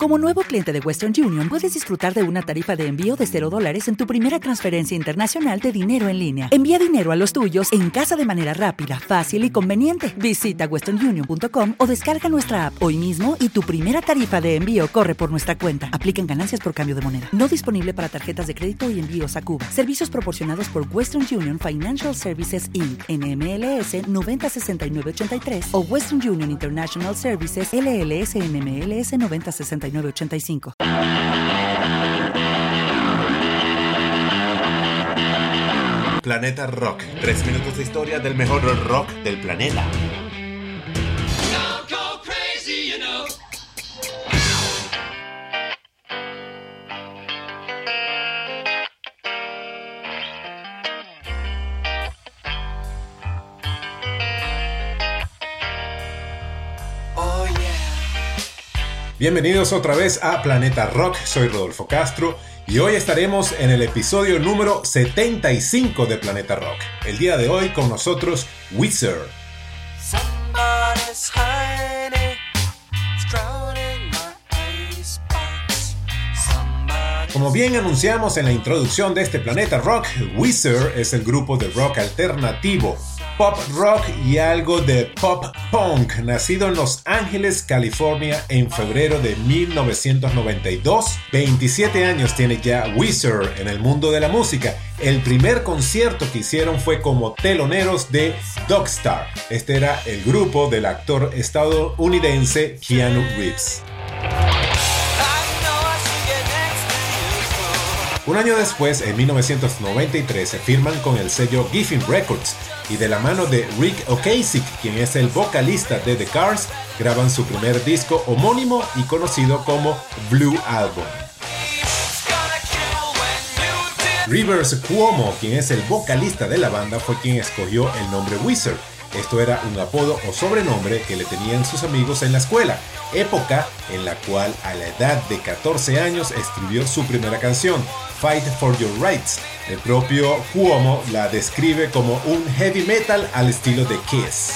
Como nuevo cliente de Western Union, puedes disfrutar de una tarifa de envío de $0 en tu primera transferencia internacional de dinero en línea. Envía dinero a los tuyos en casa de manera rápida, fácil y conveniente. Visita westernunion.com o descarga nuestra app hoy mismo y tu primera tarifa de envío corre por nuestra cuenta. Aplican ganancias por cambio de moneda. No disponible para tarjetas de crédito y envíos a Cuba. Servicios proporcionados por Western Union Financial Services Inc. NMLS 906983 o Western Union International Services LLS NMLS 906985. Planeta Rock, 3 minutos de historia del mejor rock del planeta. Bienvenidos otra vez a Planeta Rock, soy Rodolfo Castro y hoy estaremos en el episodio número 75 de Planeta Rock. El día de hoy con nosotros Weezer. Como bien anunciamos en la introducción de este Planeta Rock, Weezer es el grupo de rock alternativo, pop rock y algo de pop punk, nacido en Los Ángeles, California en febrero de 1992. 27 años tiene ya Weezer en el mundo de la música. El primer concierto que hicieron fue como teloneros de Dogstar. Este era el grupo del actor estadounidense Keanu Reeves. Un año después, en 1993, se firman con el sello Geffen Records y de la mano de Rick Ocasek, quien es el vocalista de The Cars, graban su primer disco homónimo y conocido como Blue Album. Rivers Cuomo, quien es el vocalista de la banda, fue quien escogió el nombre Weezer. Esto era un apodo o sobrenombre que le tenían sus amigos en la escuela, época en la cual a la edad de 14 años escribió su primera canción, Fight for Your Rights. El propio Cuomo la describe como un heavy metal al estilo de Kiss.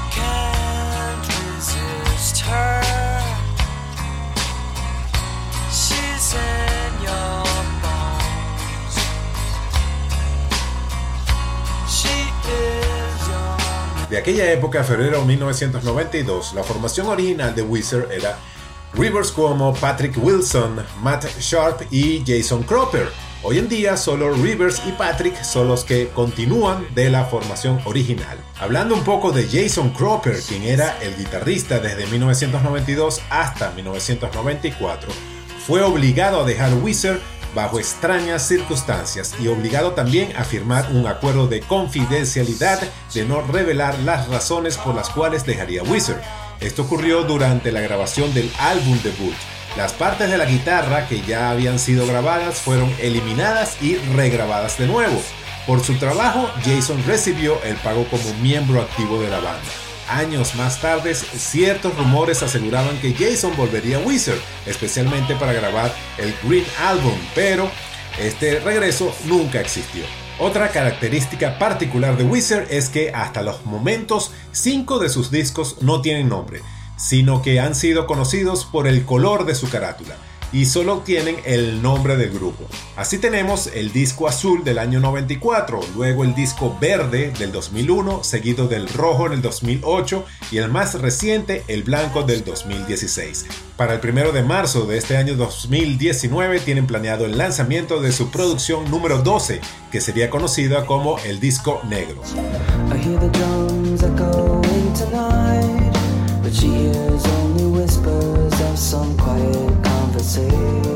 De aquella época, febrero de 1992, la formación original de Weezer era Rivers Cuomo, Patrick Wilson, Matt Sharp y Jason Cropper. Hoy en día solo Rivers y Patrick son los que continúan de la formación original. Hablando un poco de Jason Cropper, quien era el guitarrista desde 1992 hasta 1994, fue obligado a dejar Weezer bajo extrañas circunstancias y obligado también a firmar un acuerdo de confidencialidad de no revelar las razones por las cuales dejaría Weezer. Esto ocurrió durante la grabación del álbum debut. Las partes de la guitarra que ya habían sido grabadas fueron eliminadas y regrabadas de nuevo. Por su trabajo, Jason recibió el pago como miembro activo de la banda. Años más tarde, ciertos rumores aseguraban que Jason volvería a Weezer, especialmente para grabar el Green Album, pero este regreso nunca existió. Otra característica particular de Weezer es que hasta los momentos 5 de sus discos no tienen nombre, sino que han sido conocidos por el color de su carátula y solo tienen el nombre del grupo. Así tenemos el disco azul del año 94, luego el disco verde del 2001, seguido del rojo en el 2008 y el más reciente, el blanco del 2016. Para el 1 de marzo de este año 2019 tienen planeado el lanzamiento de su producción número 12, que sería conocida como el disco negro. I hear the drums echoing tonight, but she hears only whispers of some quiet conversation.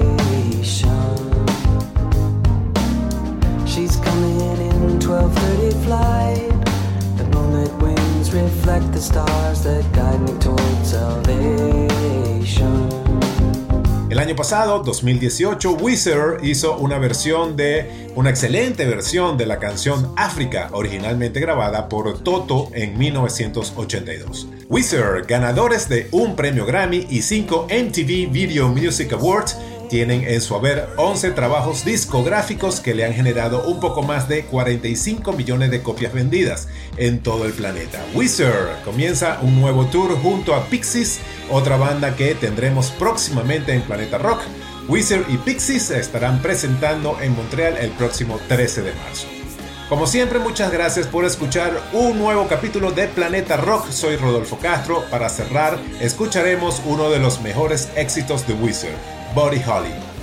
She's coming in 12:30 flight. The moonlit wings reflect the stars that guide me towards salvation. El año pasado, 2018, Weezer hizo una excelente versión de la canción África, originalmente grabada por Toto en 1982. Weezer, ganadores de un premio Grammy y 5 MTV Video Music Awards, tienen en su haber 11 trabajos discográficos que le han generado un poco más de 45 millones de copias vendidas en todo el planeta. Weezer comienza un nuevo tour junto a Pixies Otra banda que tendremos próximamente en Planeta Rock, Weezer y Pixies, estarán presentando en Montreal el próximo 13 de marzo. Como siempre, muchas gracias por escuchar un nuevo capítulo de Planeta Rock. Soy Rodolfo Castro. Para cerrar, escucharemos uno de los mejores éxitos de Weezer, Buddy Holly.